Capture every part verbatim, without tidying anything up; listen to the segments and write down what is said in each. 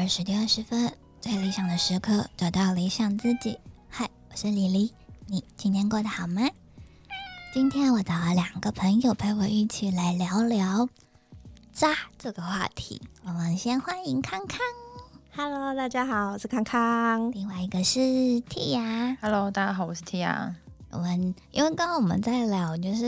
二十点二十分，最理想的时刻，找到理想自己。嗨，我是李黎，你今天过得好吗？今天我找了两个朋友陪我一起来聊聊渣这个话题。我们先欢迎康康。 Hello， 大家好，我是康康。 另外一个是 Tia。 Hello， 大家好，我是 Tia。 我们因为刚刚我们在聊，就是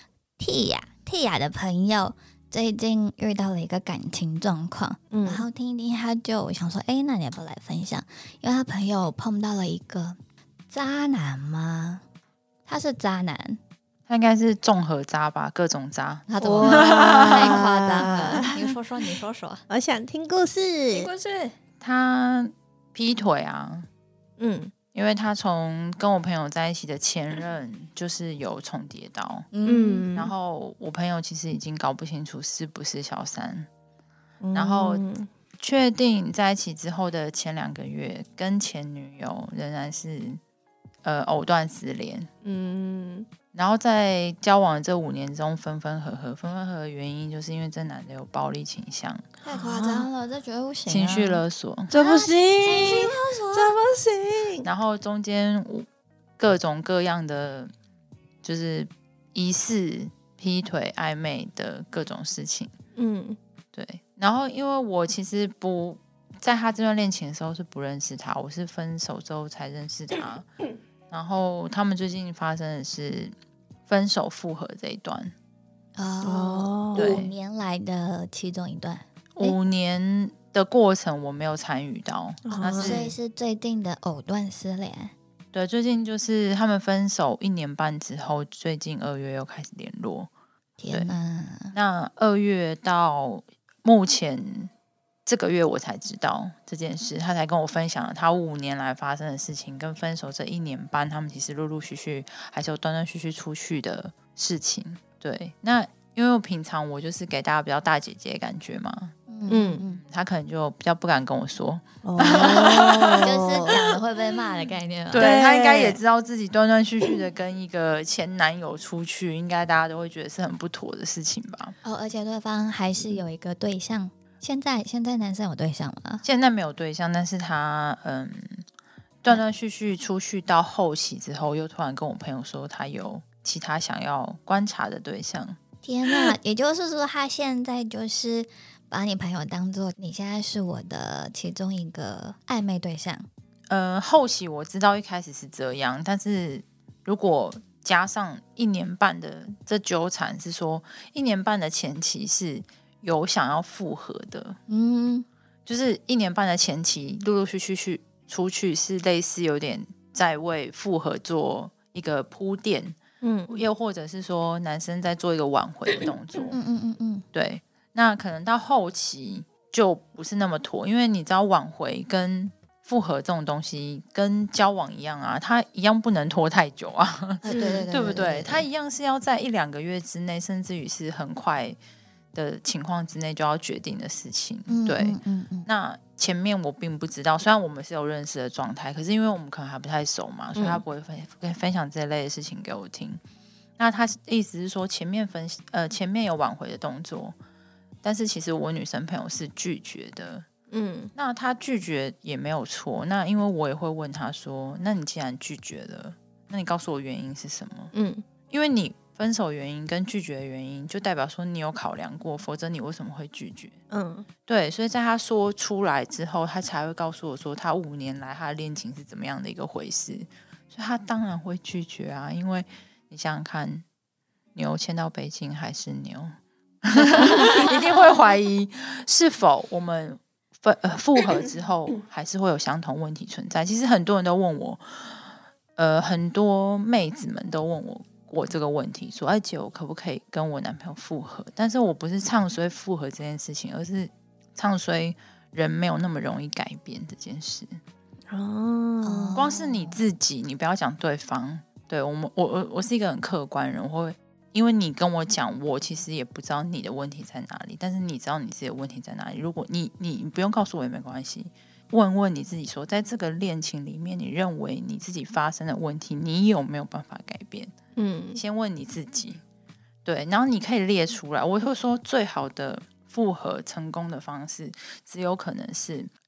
Tia Tia 的朋友最近遇到了一个感情状况，嗯、然后听一听，他就想说，哎，那你要不要来分享？因为他朋友碰到了一个渣男吗？他是渣男， 他应该是综合渣吧，各种渣。 他怎么太夸张了？你说说，你说说， 我想听故事。 听故事。 他劈腿啊， 嗯。 因为他从跟我朋友在一起的前任就是有重叠到， 嗯， 然后我朋友其实已经搞不清楚是不是小三，嗯、然后确定在一起之后的前两个月，跟前女友仍然是呃藕断丝连，嗯，然后在交往的这五年中分分合合，分分合合的原因就是因为这男的有暴力倾向， 太夸张了，这绝对不行、啊， 情绪勒索， 这不行， 情绪勒索， 这不行。 然后中间各种各样的就是疑似劈腿、暧昧的各种事情，嗯，对。然后因为我其实不在他这段恋情的时候是不认识他，我是分手之后才认识他。然后他们最近发生的是分手复合这一段哦， 对， 五年来的其中一段， 五年的过程我没有参与到， 哦、所以是最近的藕断丝连。 对，最近就是他们分手一年半之后，最近二月又开始联络。 天哪！ 那二月到目前这个月我才知道这件事，他才跟我分享了他五年来发生的事情，跟分手这一年半，他们其实陆陆续续还是有断断续续出去的事情。对，那因为我平常我就是给大家比较大姐姐的感觉嘛，嗯嗯，他可能就比较不敢跟我说， 哦，就是讲了会被骂的概念。 对，他应该也知道自己断断续续的跟一个前男友出去，应该大家都会觉得是很不妥的事情吧。 哦，而且对方还是有一个对象。现在现在男生有对象吗？ 现在没有对象，但是他嗯，断断续续出去到后期之后，又突然跟我朋友说他有其他想要观察的对象。 天哪！也就是说，他现在就是把你朋友当做你现在是我的其中一个暧昧对象。 呃，后期我知道一开始是这样，但是如果加上一年半的这纠缠，是说一年半的前期是有想要复合的，嗯，就是一年半的前期陆陆续续去出去，是类似有点在为复合做一个铺垫，嗯，又或者是说男生在做一个挽回的动作，嗯嗯嗯嗯，对。那可能到后期就不是那么妥，因为你知道挽回跟复合这种东西跟交往一样啊，它一样不能拖太久啊， 啊对对 对, 对, 对不对？它一样是要在一两个月之内，甚至于是很快的情况之内就要决定的事情。嗯、对、嗯嗯嗯，那前面我并不知道，虽然我们是有认识的状态，可是因为我们可能还不太熟嘛，所以他不会分分享这类的事情给我听。那他意思是说前面分呃前面有挽回的动作，但是其实我女生朋友是拒绝的。嗯，那他拒绝也没有错。那因为我也会问他说，那你既然拒绝了，那你告诉我原因是什么？嗯，因为你分手原因跟拒绝的原因，就代表说你有考量过，否则你为什么会拒绝？嗯，对，所以在他说出来之后，他才会告诉我说，他五年来他的恋情是怎么样的一个回事。所以他当然会拒绝啊，因为你想想看，牛迁到北京还是牛，一定会怀疑是否我们分呃复合之后还是会有相同问题存在。其实很多人都问我，呃，很多妹子们都问我过这个问题，说：“哎姐，我可不可以跟我男朋友复合？”但是我不是唱衰复合这件事情，而是唱衰人没有那么容易改变这件事。哦，光是你自己，你不要讲对方。对我们，我我我是一个很客观人，我会因为你跟我讲，我其实也不知道你的问题在哪里，但是你知道你自己的问题在哪里。如果你你你不用告诉我也没关系，问问你自己说，在这个恋情里面，你认为你自己发生的问题，你有没有办法改变？嗯，先问你自己，对，然后你可以列出来。我会说，最好的复合成功的方式，只有可能是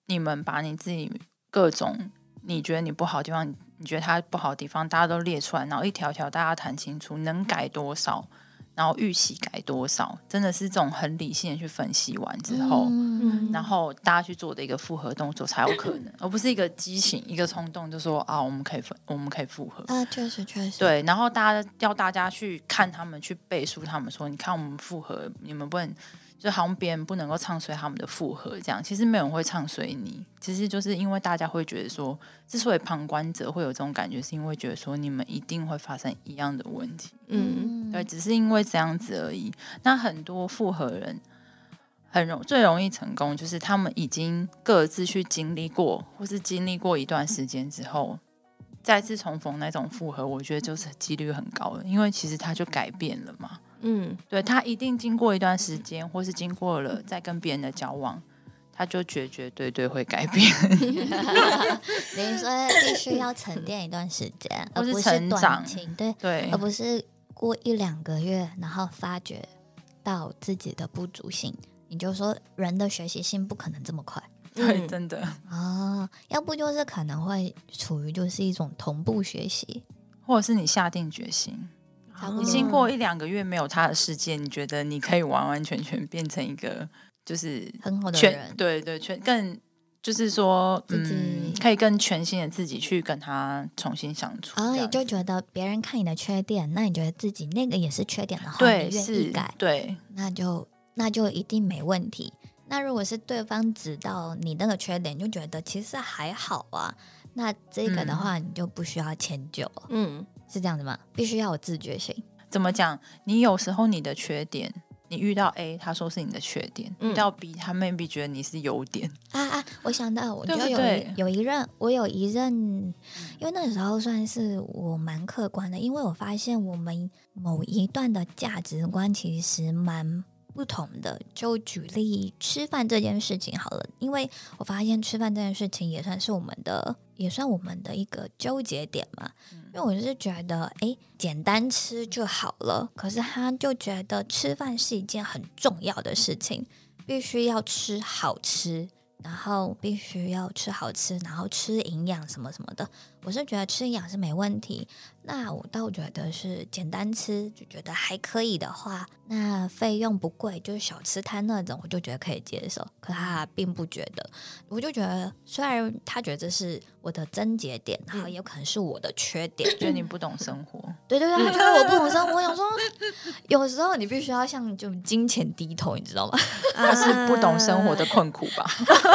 你们把你自己各种你觉得你不好的地方，你觉得他不好的地方，大家都列出来，然后一条条大家谈清楚能改多少，然后预期改多少，真的是这种很理性的去分析完之后，嗯、然后大家去做的一个复合动作才有可能，而不是一个激情一个冲动就说啊我们可以分我们可以复合啊，确实确实对，然后大家要大家去看他们去背书他们说你看我们复合，你们不能就好像别人不能够唱衰他们的复合这样，其实没有人会唱衰你，其实就是因为大家会觉得说，之所以旁观者会有这种感觉，是因为觉得说你们一定会发生一样的问题，嗯，对，只是因为这样子而已。那很多复合人很容最容易成功，就是他们已经各自去经历过，或是经历过一段时间之后，再次重逢那种复合，我觉得就是几率很高的，因为其实他就改变了嘛。嗯，对，他一定经过一段时间，或是经过了在跟别人的交往，他就绝绝对对会改变。 等于说必须要沉淀一段时间，而不是短期，对对， 而不是过一两个月，然后发觉到自己的不足性。你就说人的学习性不可能这么快。 对，真的哦，要不就是可能会处于就是一种同步学习， 或者是你下定决心。你经过一两个月没有他的世界，你觉得你可以完完全全变成一个就是很好的人， 对对，全更就是说，嗯，可以更全新的自己去跟他重新相处。 然后你就觉得别人看你的缺点，那你觉得自己那个也是缺点的话， 对， 你愿意改， 对， 那就那就一定没问题。那如果是对方指到你那个缺点，就觉得其实还好啊，那这个的话，你就不需要迁就了。嗯。是这样子吗？必须要有自觉性。 怎么讲？你有时候你的缺点，你遇到 A， 他说是你的缺点；嗯、遇到 B， 他 maybe 觉得你是优点。 啊啊！我想到，我就有一对有一任，我有一任，因为那时候算是我蛮客观的，因为我发现我们某一段的价值观其实蛮不同的。就举例吃饭这件事情好了，因为我发现吃饭这件事情也算是我们的。也算我们的一个纠结点嘛，因为我就是觉得，哎，简单吃就好了。可是他就觉得吃饭是一件很重要的事情，必须要吃好吃，然后必须要吃好吃，然后吃营养什么什么的。我是觉得吃营养是没问题，那我倒觉得是简单吃就觉得还可以的话，那费用不贵，就是小吃摊那种，我就觉得可以接受。可他并不觉得，我就觉得虽然他觉得这是我的症结点，然后也有可能是我的缺点， 觉得你不懂生活。 对对对，他觉得我不懂生活。我想说，有时候你必须要向就金钱低头，你知道吗？ 他是不懂生活的困苦吧。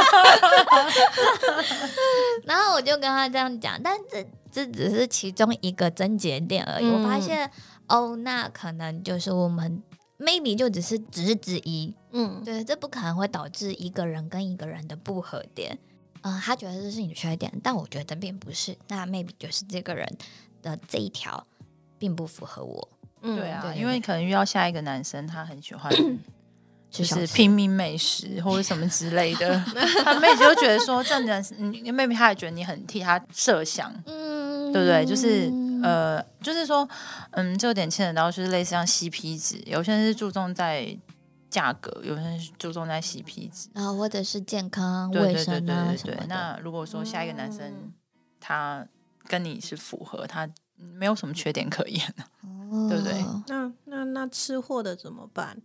然后我就跟他这样讲，但这这只是其中一个症结点而已。嗯、我发现哦，那可能就是我们 maybe 就只是只是之一，嗯，对，这不可能会导致一个人跟一个人的不合点。嗯、呃，他觉得这是你的缺点，但我觉得并不是。那 maybe 就是这个人的这一条并不符合我。 嗯，对啊，对对对，因为你可能遇到下一个男生，他很喜欢。就是平民美食或者什么之类的，他妹就觉得说，这人，嗯，妹妹她也觉得你很替她设想，嗯，对不对？就是呃，就是说，嗯，这有点牵扯到，就是类似像 C P 值，有些人是注重在价格，有些人是注重在 C P 值， 啊，或者是健康、卫生啊什么的。 那如果说下一个男生他跟你是符合，他没有什么缺点可言的，哦、对不对？ 那那那吃货的怎么办？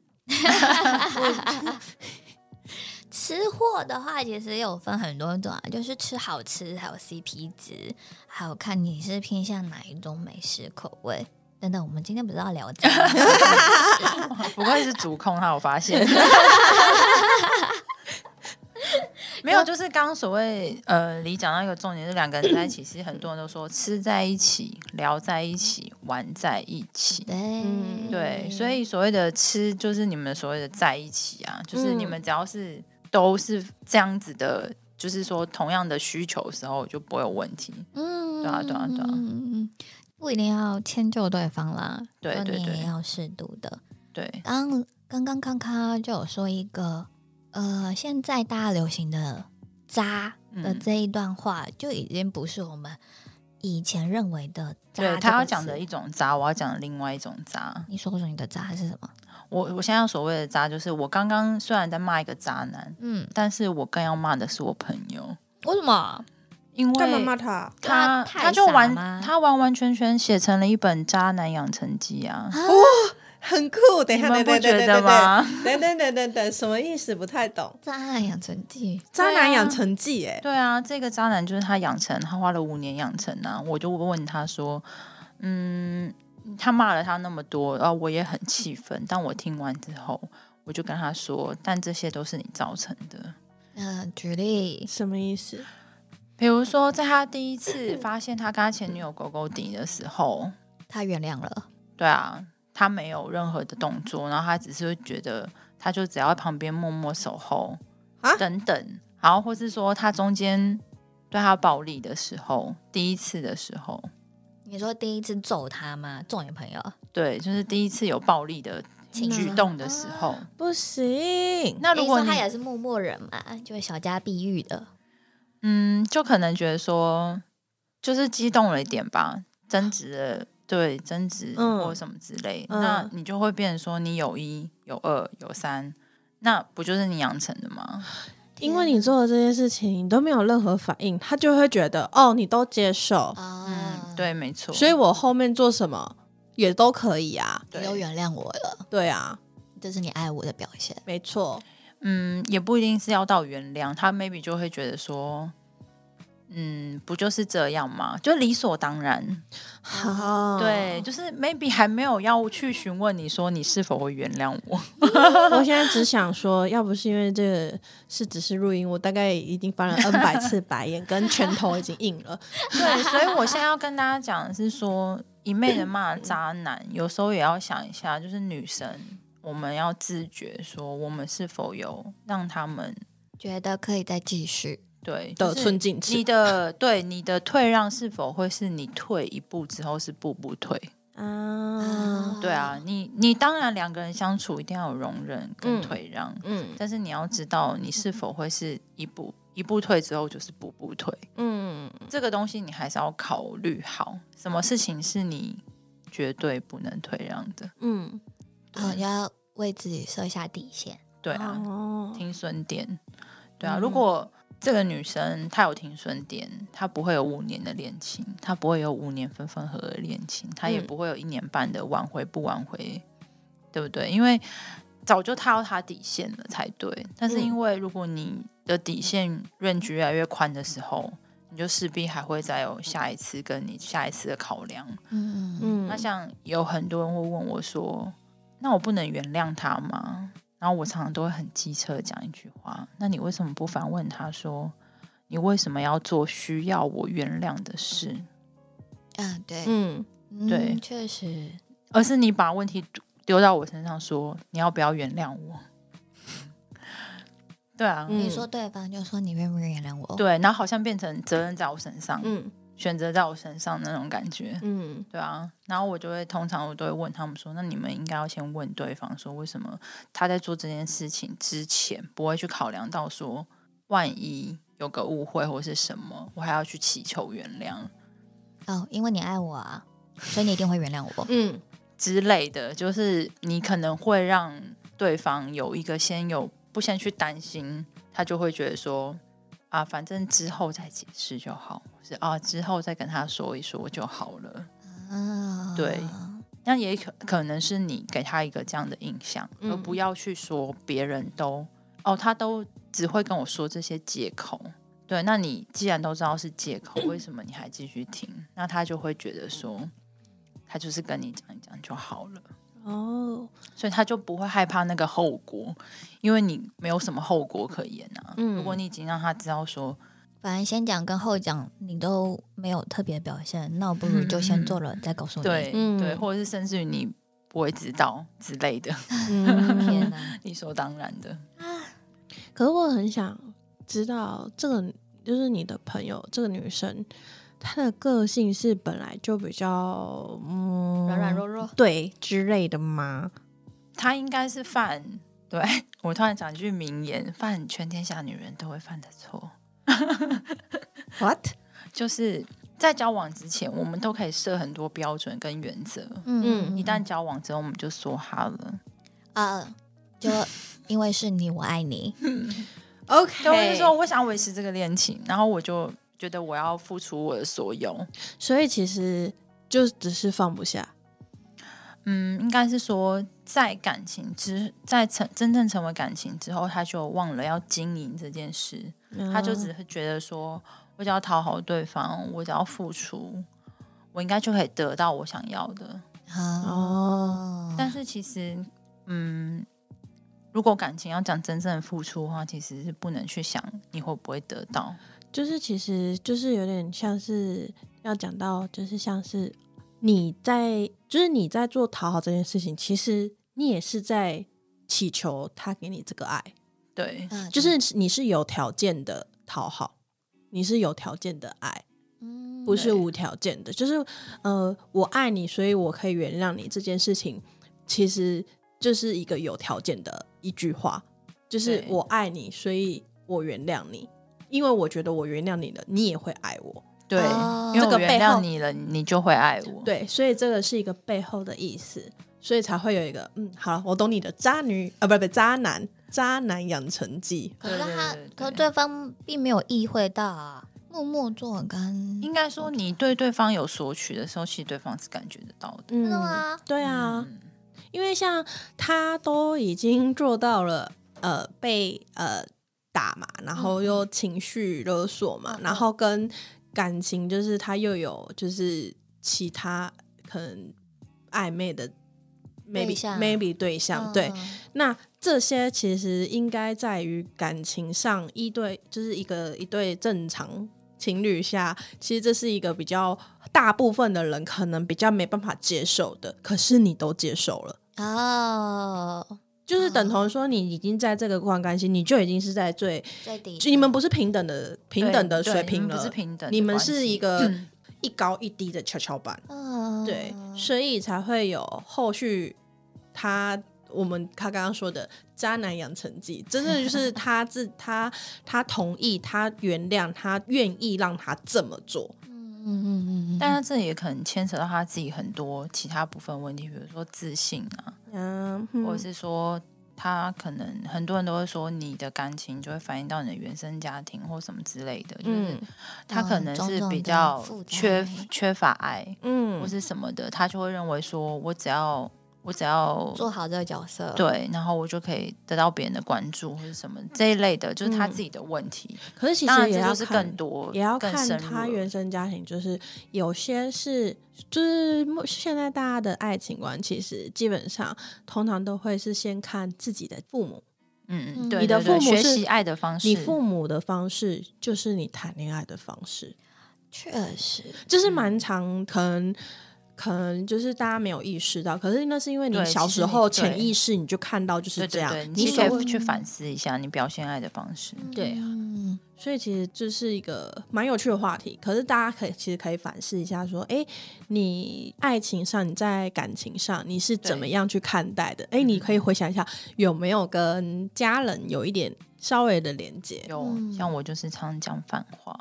吃货的话，其实有分很多种啊，就是吃好吃，还有 C P 值，还有看你是偏向哪一种美食口味等等。我们今天不是要聊这个？ 不愧是主控，他有发现。没有，就是刚刚所谓呃，你讲到一个重点，是两个人在一起，其实很多人都说吃在一起、聊在一起、玩在一起。 对、 嗯，对，所以所谓的吃，就是你们所谓的在一起啊，就是你们只要是都是这样子的，就是说同样的需求的时候，就不会有问题。嗯，对啊，对啊，对啊， 嗯，不一定要迁就对方啦， 对对对， 你也要适度的。 对， 刚刚刚康康就有说一个。呃，现在大家流行的渣的这一段话，嗯、就已经不是我们以前认为的渣。 对，他要讲的一种渣，我要讲的另外一种渣。 你说说你的渣是什么？ 我我现在所谓的渣，就是我刚刚虽然在骂一个渣男，嗯，但是我更要骂的是我朋友。 为什么？ 因为干嘛骂他？ 他他就完他完完全全写成了一本渣男养成记啊！ 哇、哦，很酷！等一下， 你们不觉得吗？ 等等等等等，什么意思？不太懂。 渣男养成记， 渣男养成记，哎， 对啊，这个渣男就是他养成，他花了五年养成啊。我就问他说，嗯，他骂了他那么多，然后我也很气愤。但我听完之后，我就跟他说，但这些都是你造成的。 嗯、呃，举例什么意思？ 比如说，在他第一次发现他跟他前女友狗狗顶的时候， 他原谅了。 对啊，他没有任何的动作，然后他只是会觉得，他就只要在旁边默默守候啊，等等，然后或是说他中间对他暴力的时候，第一次的时候， 你说第一次揍他吗？揍你朋友？ 对，就是第一次有暴力的举动的时候， 啊、不行。 那如果你他也是默默人嘛，就是小家碧玉的。 嗯，就可能觉得说，就是激动了一点吧，争执了，对，争执或什么之类，嗯、那你就会变成说，你有一有二有三，那不就是你养成的吗？ 因为你做的这件事情，你都没有任何反应，他就会觉得哦，你都接受， 嗯，对，没错。 所以我后面做什么也都可以啊， 你都原谅我了， 对啊， 这是你爱我的表现， 没错。 嗯，也不一定是要到原谅，他 maybe 就会觉得说，嗯，不就是这样吗？就理所当然。 好， 对，就是 maybe 还没有要去询问你说你是否会原谅我。 我现在只想说，要不是因为这个是只是录音，我大概已经翻了 N 百次白眼，跟拳头已经硬了。 对，所以我现在要跟大家讲的是说，一昧的骂渣男，有时候也要想一下，就是女生。我们要自觉说，我们是否有让他们觉得可以再继续对得寸进尺？ 你的对你的退让是否会是你退一步之后是步步退啊？ 对啊，你你当然两个人相处一定要有容忍跟退让，嗯，但是你要知道你是否会是一步一步退之后就是步步退，嗯，这个东西你还是要考虑好，什么事情是你绝对不能退让的，嗯。 哦，要为自己设下底线。 对啊，哦、停损点。对啊，嗯、如果这个女生她有停损点，她不会有五年的恋情，她不会有五年分分合合的恋情，她也不会有一年半的挽回不挽回，嗯、对不对？因为早就踏到她底线了才对。但是因为如果你的底线 range 越来越宽的时候，你就势必还会再有下一次跟你下一次的考量。嗯嗯。那像有很多人会问我说，那我不能原谅他吗？然后我常常都会很机车讲一句话，那你为什么不反问他说，你为什么要做需要我原谅的事？ 啊，对， 嗯，对， 确实， 而是你把问题丢到我身上说，你要不要原谅我？对啊， 你说对方就说你愿不愿意原谅我？ 对，然后好像变成责任在我身上，嗯。选择在我身上那种感觉，嗯，对啊，然后我就会通常我都会问他们说，那你们应该要先问对方说，为什么他在做这件事情之前不会去考量到说，万一有个误会或是什么，我还要去祈求原谅。 哦，因为你爱我啊，所以你一定会原谅我， 嗯之类的，就是你可能会让对方有一个先有不先去担心，他就会觉得说。啊，反正之后再解释就好，是啊，之后再跟他说一说就好了。啊，对，那也可可能是你给他一个这样的印象，嗯、而不要去说别人都哦，他都只会跟我说这些借口。对，那你既然都知道是借口，为什么你还继续听？那他就会觉得说，他就是跟你讲一讲就好了。哦，所以他就不会害怕那个后果，因为你没有什么后果可言啊。嗯、如果你已经让他知道说， 反正先讲跟后讲你都没有特别表现，那我不如就先做了、嗯、再告诉你。 对、嗯、对，或者是甚至于你不会知道之类的。嗯、天哪，理所当然的。 可是我很想知道，这个就是你的朋友，这个女生。她的个性是本来就比较嗯软软弱弱对之类的吗？ 她应该是犯对我突然讲一句名言，犯全天下女人都会犯的错。 What？ 就是在交往之前，我们都可以设很多标准跟原则。嗯，一旦交往之后，我们就说哈了。 啊、呃，就因为是你，我爱你。 OK， 对，我就说我想维持这个恋情，然后我就觉得我要付出我的所有， 所以其实就只是放不下。 嗯，应该是说在感情之在成真正成为感情之后，他就忘了要经营这件事， 嗯、 他就只是觉得说我只要讨好对方，我只要付出，我应该就可以得到我想要的。 哦， 但是其实嗯，如果感情要讲真正的付出的话，其实是不能去想你会不会得到， 就是其实就是有点像是要讲到就是像是你在就是你在做讨好这件事情，其实你也是在祈求他给你这个爱。 对， 就是你是有条件的讨好，你是有条件的爱， 嗯， 不是无条件的。就是呃，我爱你，所以我可以原谅你这件事情，其实就是一个有条件的一句话，就是我爱你，所以我原谅你，因为我觉得我原谅你了，你也会爱我。 对， 哦、 因为我原谅你了，你就会爱我。 对，所以这个是一个背后的意思，所以才会有一个嗯，好了，我懂你的渣女啊，不不，渣男，渣男养成记。 可是他， 对对对对可是对方并没有意会到啊，默默做很干。 应该说，你对对方有索取的时候，其实对方是感觉得到的。 嗯， 真的吗？ 对啊， 嗯、 因为像他都已经做到了，呃，被呃打嘛，然后又情绪勒索嘛， 嗯、 然后跟感情就是他又有就是其他可能暧昧的 maybe 对象 maybe 对象， 嗯、 对，那这些其实应该在于感情上一对就是一个一对正常情侣下，其实这是一个比较大部分的人可能比较没办法接受的，可是你都接受了哦， 就是等同说你已经在这个关关系，你就已经是在最最底， 你们不是平等的平等的水平了， 不是平等， 你们是一个一高一低的跷跷板， 嗯、 对，所以才会有后续他我们他刚刚说的渣男养成记，真的就是他自他他同意，他原谅，他愿意让他这么做。 嗯嗯嗯嗯， 但他这也可能牵扯到他自己很多其他部分问题，比如说自信啊， 嗯， 或者是说他可能很多人都会说你的感情就会反映到你的原生家庭或什么之类的，就是他可能是比较缺、嗯、缺乏爱，嗯，或是什么的，他就会认为说我只要我只要做好这个角色， 对，然后我就可以得到别人的关注或者什么这一类的，就是他自己的问题。 嗯、可是其实也要是更多， 也要看他原生家庭，就是有些是就是现在大家的爱情观，其实基本上通常都会是先看自己的父母。 嗯，对， 你的父母学习爱的方式， 你父母的方式就是你谈恋爱的方式， 确实， 就是蛮常可能。可能就是大家没有意识到，可是那是因为你小时候潜意识你就看到就是这样， 对对对，你可以去反思一下你表现爱的方式。 对啊，嗯，所以其实这是一个蛮有趣的话题。可是大家可以其实可以反思一下，说，哎，你爱情上，你在感情上，你是怎么样去看待的？哎，你可以回想一下，有没有跟家人有一点稍微的连接？ 有，嗯、像我就是常讲反话。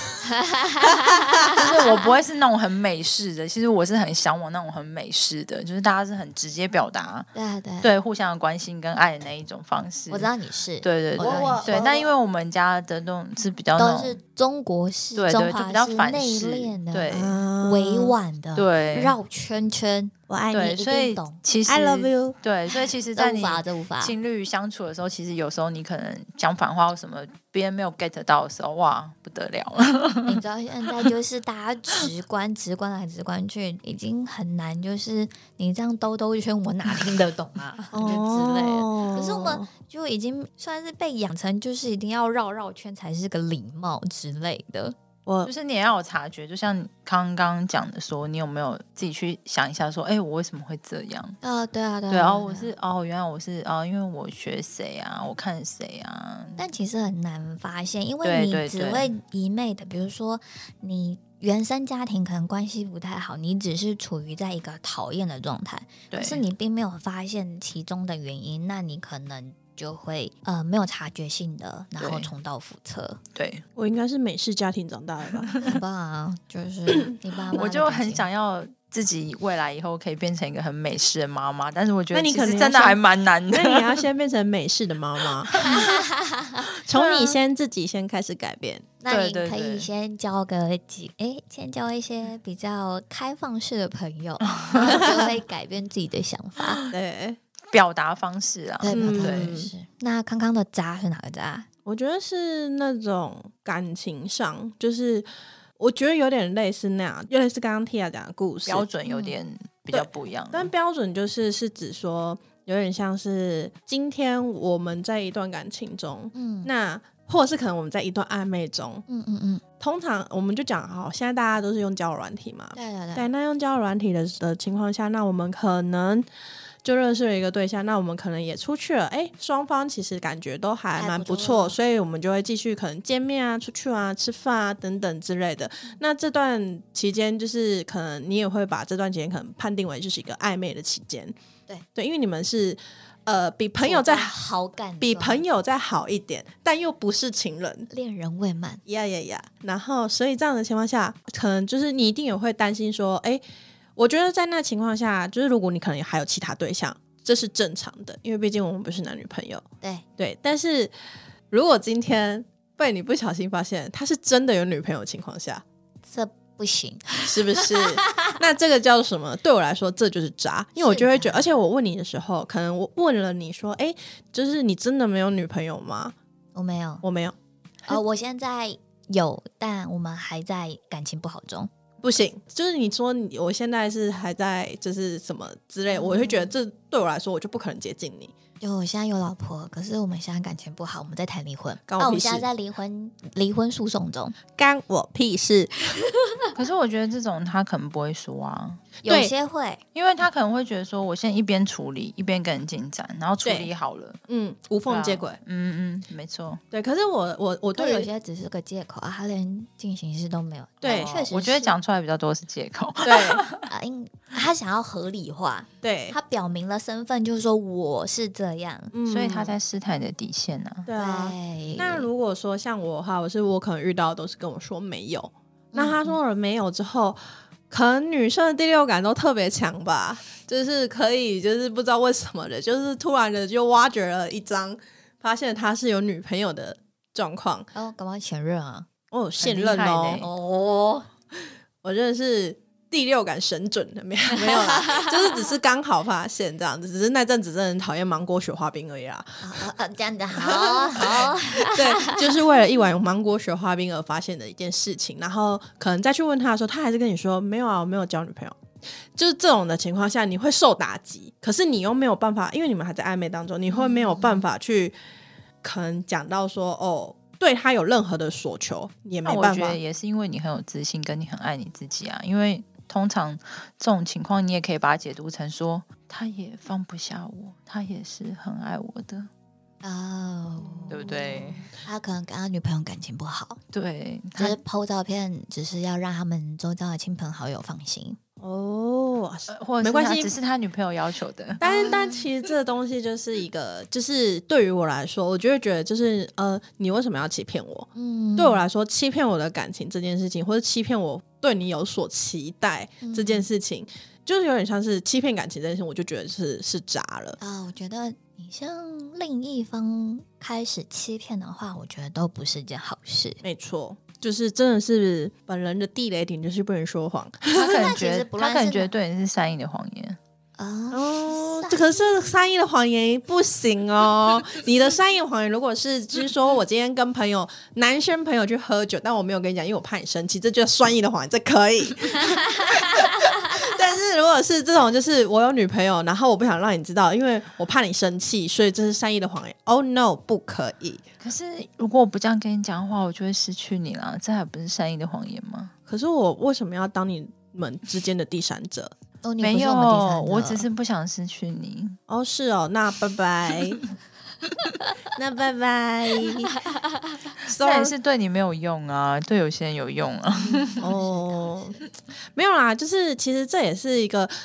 就是我不会是那种很美式的，其实我是很向往那种很美式的，就是大家是很直接表达， 对对对互相的关心跟爱的那一种方式。 我知道你是， 对对对对，但因为我们家的那种是比较都是中国式， 对对，就比较反内式， 敛的， 对， 委婉的， 对， 绕圈圈。我爱你， 所以其实 I love you。 对，所以其实，在你情侣相处的时候，其实有时候你可能讲反话或什么，别人没有 get 到的时候，哇，不得了了。 你知道现在就是大家直观、直观来直观去，已经很难。就是你这样兜兜一圈，我哪听得懂啊？就之类的。可是我们就已经算是被养成，就是一定要绕绕圈才是个礼貌之类的。 就是你也要有察觉，就像刚刚讲的说，你有没有自己去想一下说，哎、欸，我为什么会这样啊？对啊，对啊， 对啊，我是哦，原来我是哦，因为我学谁啊，我看谁啊， 但其实很难发现，因为你只会一昧的，比如说你原生家庭可能关系不太好，你只是处于在一个讨厌的状态，可是你并没有发现其中的原因，那你可能就会呃没有察觉性的，然后重蹈覆辙。 对， 我应该是美式家庭长大的吧？ 很棒啊，就是你爸妈， 我就很想要自己未来以后可以变成一个很美式的妈妈，但是我觉得那你可能其实真的还蛮难的。 那你要先变成美式的妈妈，从你先自己先开始改变。 那你对对可以对先交个几哎，先交一些比较开放式的朋友，然后就会改变自己的想法。 对， 表达方式啊， 对， 嗯表达方式。那康康的渣是哪个渣？ 我觉得是那种感情上，就是我觉得有点类似那样，有点是刚刚 Tia 讲的故事， 标准有点比较不一样。 但标准就是是指说，有点像是今天我们在一段感情中，嗯，那或者是可能我们在一段暧昧中， 嗯嗯嗯， 通常我们就讲好，现在大家都是用交友软体嘛， 对对对， 对，那用交友软体的的情况下，那我们可能就认识了一个对象，那我们可能也出去了，哎，双方其实感觉都还蛮不错，所以我们就会继续可能见面啊、出去啊、吃饭啊等等之类的。那这段期间，就是可能你也会把这段期间可能判定为就是一个暧昧的期间， 对对，因为你们是呃比朋友再好感， 比朋友再好一点，但又不是情人， 恋人未满， 呀呀呀！然后所以这样的情况下，可能就是你一定也会担心说，哎。我觉得在那情况下，就是如果你可能还有其他对象，这是正常的，因为毕竟我们不是男女朋友。 对对，但是如果今天被你不小心发现他是真的有女朋友的情况下， 这不行， 是不是？那这个叫做什么？对我来说，这就是渣，因为我就会觉得，而且我问你的时候，可能我问了你说，哎，就是你真的没有女朋友吗？ 我没有， 我没有。 呃，我现在有，但我们还在感情不好中。 不行，就是你说你我现在是还在就是什么之类，我会觉得这对我来说我就不可能接近你。 就我现在有老婆，可是我们现在感情不好，我们在谈离婚。 干我屁事！ 啊，我们现在在离婚离婚诉讼中， 干我屁事！ 可是我觉得这种他可能不会说啊， 有些会， 因为他可能会觉得说，我现在一边处理一边跟人进展，然后处理好了， 嗯，无缝接轨， 啊、嗯嗯，没错， 对。可是我我我对有些只是个借口啊，他连进行式都没有。 对， 确实， 我觉得讲出来比较多是借口。 对， 啊，因他想要合理化， 对， 他表明了身份，就是说我是这样， 嗯、所以他在试探你的底线啊。 对啊。那如果说像我的话，我是我可能遇到的都是跟我说没有。那他说了没有之后，可能女生的第六感都特别强吧，就是可以，就是不知道为什么的，就是突然的就挖掘了一张，发现他是有女朋友的状况。 哦，干嘛前任啊？ 哦，现任哦， 哦， 我真的是第六感神准的，没有没有啦，就是只是刚好发现这样子，只是那阵子真的很讨厌芒果雪花冰而已啦。 啊啊，这样的好好， 对，就是为了一碗芒果雪花冰而发现的一件事情，然后可能再去问他的时候，他还是跟你说没有啊，我没有交女朋友。就是这种的情况下，你会受打击，可是你又没有办法，因为你们还在暧昧当中，你会没有办法去可能讲到说哦。对他有任何的所求也没办法。 我觉得也是因为你很有自信，跟你很爱你自己啊。因为通常这种情况，你也可以把它解读成说，他也放不下我，他也是很爱我的哦， 对不对？ 他可能跟他女朋友感情不好， 对， 只是 po 照片，只是要让他们周遭的亲朋好友放心。 哦， 呃、或者没关系， 只是他女朋友要求的。 但但其实这个东西就是一个，就是对于我来说，我就会觉得就是呃，你为什么要欺骗我？嗯，对我来说，欺骗我的感情这件事情，或者欺骗我对你有所期待这件事情，嗯、就是有点像是欺骗感情这件事情，我就觉得是是渣了啊。我觉得你像另一方开始欺骗的话，我觉得都不是件好事。 没错。就是真的是本人的地雷点，就是不能说谎。 他可能觉得，他可能觉得对你是善意的谎言啊。 哦，这可是善意的谎言不行哦。你的善意的谎言，如果是就是说我今天跟朋友男生朋友去喝酒，但我没有跟你讲，因为我怕你生气，这就是善意的谎言，这可以。但是如果是这种，就是我有女朋友，然后我不想让你知道，因为我怕你生气，所以这是善意的谎言。Oh no， 不可以。 可是如果我不这样跟你讲的话，我就会失去你了，这还不是善意的谎言吗？ 可是我为什么要当你们之间的第三者？ 哦，你没有， 我, 我只是不想失去你。 哦，是哦，那拜拜。那拜拜。 那也是对你没有用啊，对有些人有用啊。 哦，没有啦，就是其实这也是一个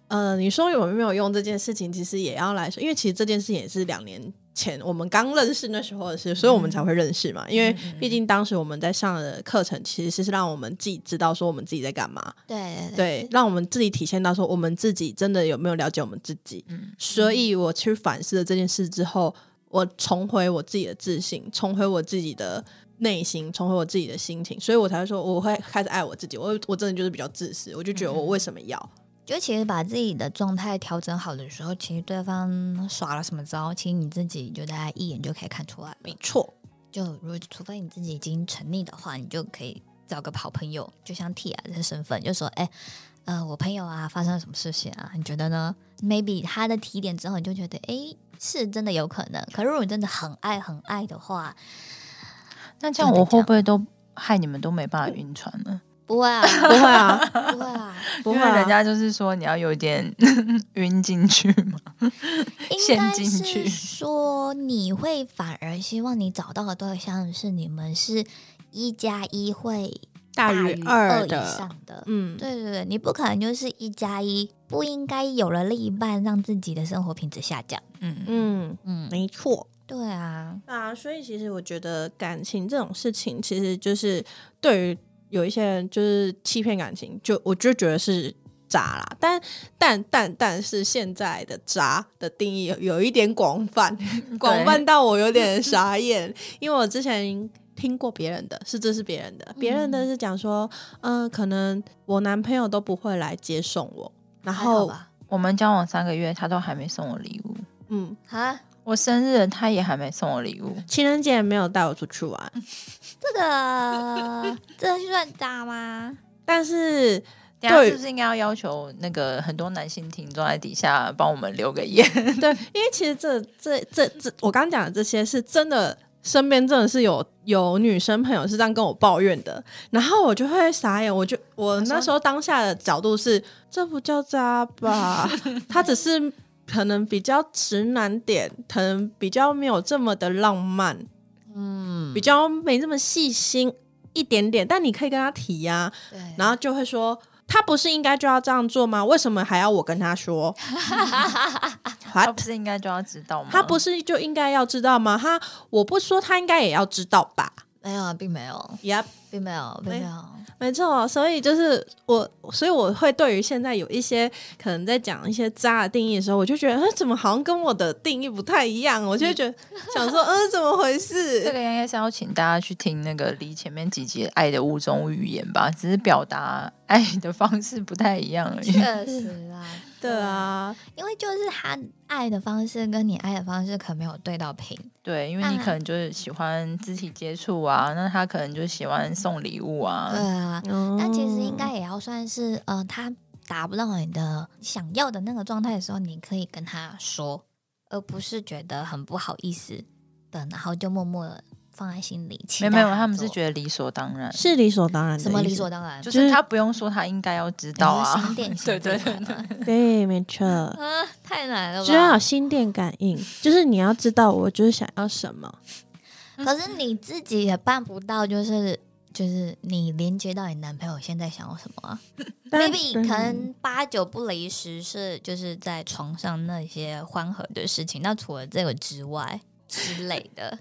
呃，你说有没有用这件事情，其实也要来说，因为其实这件事情也是两年前我们刚认识那时候的事，所以我们才会认识嘛。嗯、因为毕竟当时我们在上的课程，其实是让我们自己知道说我们自己在干嘛， 对 对, 对, 对，让我们自己体现到说我们自己真的有没有了解我们自己。嗯、所以我去反思了这件事之后，我重回我自己的自信，重回我自己的内心，重回我自己的心情，所以我才会说我会开始爱我自己。我我真的就是比较自私，我就觉得我为什么要。嗯就其实把自己的状态调整好的时候，其实对方耍了什么招，其实你自己就大概一眼就可以看出来。 没错， 就如果除非你自己已经沉溺的话，你就可以找个好朋友，就像 Tia 的身份，就说哎、欸，呃，我朋友啊发生了什么事情啊？你觉得呢 ？Maybe 他的提点之后，你就觉得哎、欸，是真的有可能。可是如果你真的很爱很爱的话， 那这样我会不会都害你们都没办法晕船呢？ 不会啊， 不会啊， 不会啊， 不会啊， 因为人家就是说你要有点晕进去嘛，陷进去。 应该是说你会反而希望你找到的对象是你们是一加一会大于二以上的， 嗯， 对对对，你不可能就是一加一，不应该有了另一半让自己的生活品质下降。 嗯嗯嗯，没错。 对啊， 啊，所以其实我觉得感情这种事情，其实就是对于有一些人就是欺骗感情，就我就觉得是渣啦。但但但但是现在的渣的定义有有一点广泛，广泛到我有点傻眼，因为我之前听过别人的，是这是别人的，别人的是讲说，嗯、呃，可能我男朋友都不会来接送我，然后我们交往三个月，他都还没送我礼物。 嗯， 哈。 我生日他也还没送我礼物， 情人节也没有带我出去玩， 这个这算渣吗？ 但是等一下是不是应该要要求那个很多男性听众在底下帮我们留个言？ 对，因为其实这这这这我刚刚讲的这些是真的，身边真的是有有女生朋友是这样跟我抱怨的，然后我就会傻眼，我就我那时候当下的角度是，这不叫渣吧？他只是。可能比较直男点，可能比较没有这么的浪漫，嗯，比较没这么细心一点点，但你可以跟他提呀、啊，然后就会说他不是应该就要这样做吗？为什么还要我跟他说？ 他不是应该就要知道吗？ 他不是就应该要知道吗？他我不说他应该也要知道吧？ 没有啊，并没有 ，Yep， 并没有，并没有。 没错，所以就是我，所以我会对于现在有一些可能在讲一些渣的定义的时候，我就觉得，呃，怎么好像跟我的定义不太一样？我就会觉得想说，嗯、呃，怎么回事？ 这个应该是要请大家去听那个离前面几集《爱的五种语言》吧，只是表达爱的方式不太一样而已。 确实啊， 对啊， 因为就是他爱的方式跟你爱的方式可能没有对到频。 对，因为你可能就是喜欢肢体接触啊，那他可能就喜欢送礼物啊。 对啊，但其实应该也要算是呃，他达不到你的想要的那个状态的时候，你可以跟他说，而不是觉得很不好意思的，然后就默默的放在心里。 没有没有，他们是觉得理所当然， 是理所当然的。 什么理所当然？ 就是他不用说，他应该要知道啊。 心电对对对对， 对，没错。 啊，太难了吧？ 就要有心电感应，就是你要知道我就是想要什么。 可是你自己也办不到，就是就是你连接到你男朋友现在想要什么、啊、？maybe 可能八九不离十是就是在床上那些欢和的事情。那除了这个之外之类的，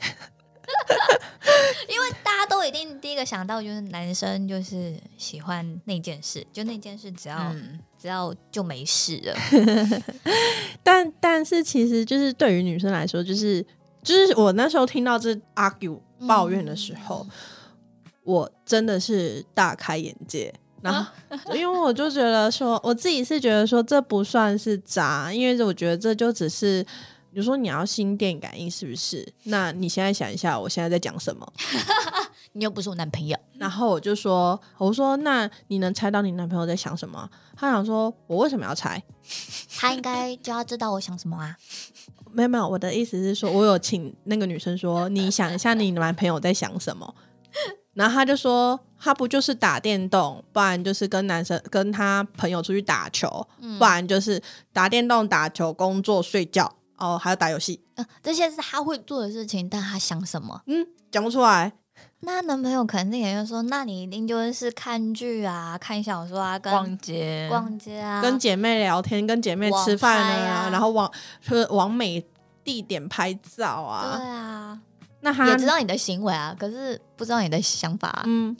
因为大家都一定第一个想到就是男生就是喜欢那件事，就那件事只要、嗯、只要就没事了。 但但是其实就是对于女生来说，就是就是我那时候听到这 argue 抱怨的时候。嗯，我真的是大开眼界，然后、啊、因为我就觉得说，我自己是觉得说这不算是渣，因为我觉得这就只是，比如说你要心电感应是不是？那你现在想一下，我现在在讲什么？ 你又不是我男朋友。 然后我就说，我说那你能猜到你男朋友在想什么？他想说，我为什么要猜？ 他应该就要知道我想什么啊。 没有没有，我的意思是说，我有请那个女生说，你想一下你男朋友在想什么。然后他就说，他不就是打电动，不然就是跟男生跟他朋友出去打球、嗯、不然就是打电动打球工作睡觉哦，还有打游戏、 呃、这些是他会做的事情，但他想什么？ 嗯，讲不出来。 那男朋友肯定也就说，那你一定就是看剧啊、看小说啊、跟逛街、 逛街啊、 跟姐妹聊天、跟姐妹吃饭啊，啊然后往就是往美地点拍照啊。 对啊， 那他也知道你的行为啊，可是不知道你的想法、啊。 嗯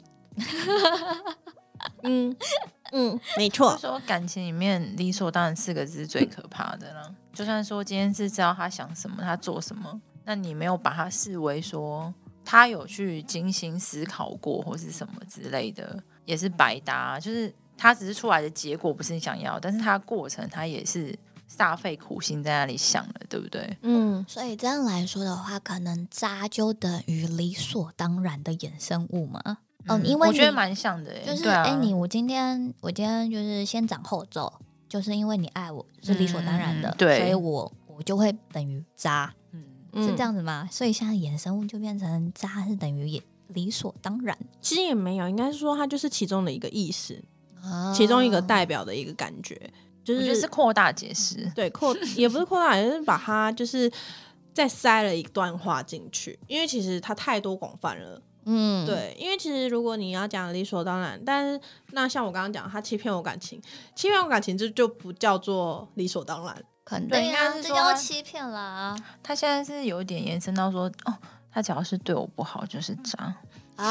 嗯嗯，没错。 说感情里面理所当然四个字是最可怕的了。就算说今天是知道他想什么，他做什么，那你没有把他视为说他有去精心思考过或是什么之类的，也是白搭。就是他只是出来的结果不是你想要，但是他的过程他也是煞费苦心在那里想了，对不对？ 嗯，所以这样来说的话，可能渣就等于理所当然的衍生物嘛。哦、嗯，因为我觉得蛮像的耶， 就是哎、啊欸，你我今天我今天就是先斩后奏，就是因为你爱我是理所当然的， 嗯、对， 所以我我就会等于渣，嗯，是这样子吗？所以现在衍生物就变成渣是等于也理所当然。 其实也没有，应该是说它就是其中的一个意思，啊、其中一个代表的一个感觉，就是我觉得是扩大解释， 对，扩也不是扩大，也是把它就是再塞了一段话进去，因为其实它太多广泛了。嗯，对，因为其实如果你要讲理所当然，但是那像我刚刚讲，他欺骗我感情，欺骗我感情，这就不叫做理所当然， 肯定啊，这叫欺骗啦。 他现在是有一点延伸到说，哦，他只要是对我不好就是渣啊。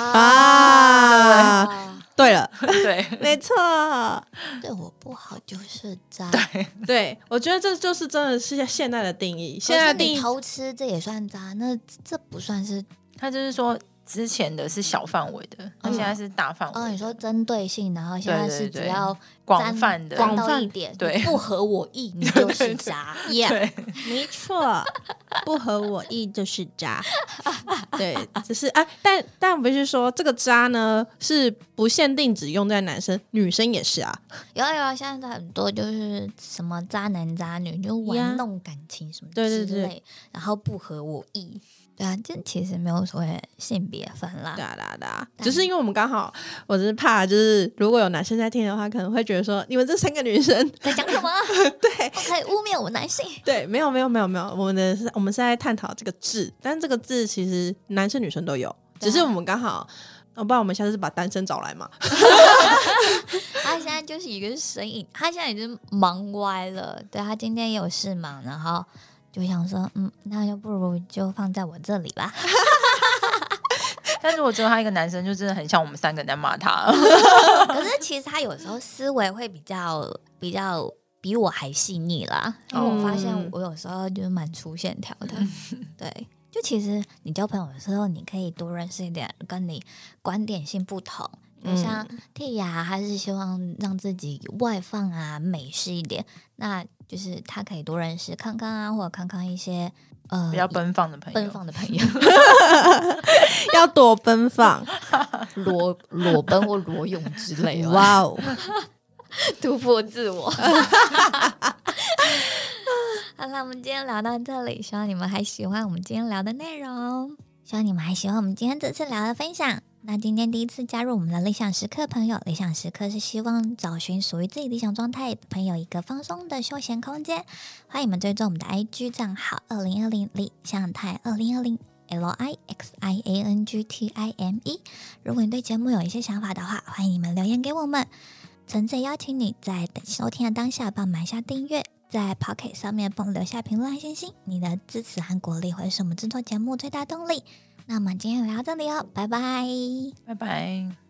啊对了， 对， 没错， 对我不好就是渣。 对， 对我觉得这就是真的是现在的定义。现在定义偷吃这也算渣，那这不算是？ 他就是说。之前的是小范围的，那、嗯、现在是大范围的。 哦，你说针对性，然后现在是只要广泛的， 广泛一点， 对， 不合我意你就是渣。 对， yeah, 没错，不合我意就是渣。对，只是啊，但但我必须说，这个渣呢是不限定只用在男生，女生也是啊。 有啊有啊，现在很多就是什么渣男渣女，就玩弄感情什么之类，对对对，然后不合我意。对啊，这其实没有所谓性别分啦。 对啊，对啊，对啊，只是因为我们刚好，我是怕，就是如果有男生在听的话，可能会觉得说，你们这三个女生在讲什么？ 对， 不可以污蔑我男性。 对，没有，没有，没有，没有，我们的是，我们是在探讨这个字，但这个字其实男生女生都有，只是我们刚好，我、哦、不然我们下次把单身找来嘛。 他现在就是一个身影，他现在已经忙歪了。对，他今天也有事忙，然后。就想说，嗯，那就不如就放在我这里吧。 但如果只有他一个男生，就真的很像我们三个人在骂他。 可是其实他有时候思维会比较比较比我还细腻啦，因为我发现我有时候就是蛮粗线条的。嗯、对，就其实你交朋友的时候，你可以多认识一点跟你观点性不同。就像蒂雅，他是希望让自己外放啊、美式一点，那就是他可以多认识康康啊，或者康康一些呃比较奔放的朋友， 奔放的朋友， 要多奔放， 裸裸奔或裸泳之类的。 哇哦， 突破自我。好了，我们今天聊到这里，希望你们还喜欢我们今天聊的内容，希望你们还喜欢我们今天这次聊的分享。那今天第一次加入我们的理想时刻朋友，理想时刻是希望找寻属于自己理想状态朋友一个放松的休闲空间。欢迎你们追踪我们的 I G 账号二零二零理想台二零二零 L I X I A N G T I M E。如果你对节目有一些想法的话，欢迎你们留言给我们。诚挚邀请你在收听的当下帮我们按下订阅，在 Pocket 上面帮我留下评论和星星，你的支持和鼓励会是我们制作节目最大动力。那我们今天聊到这里哦，拜拜， 拜拜。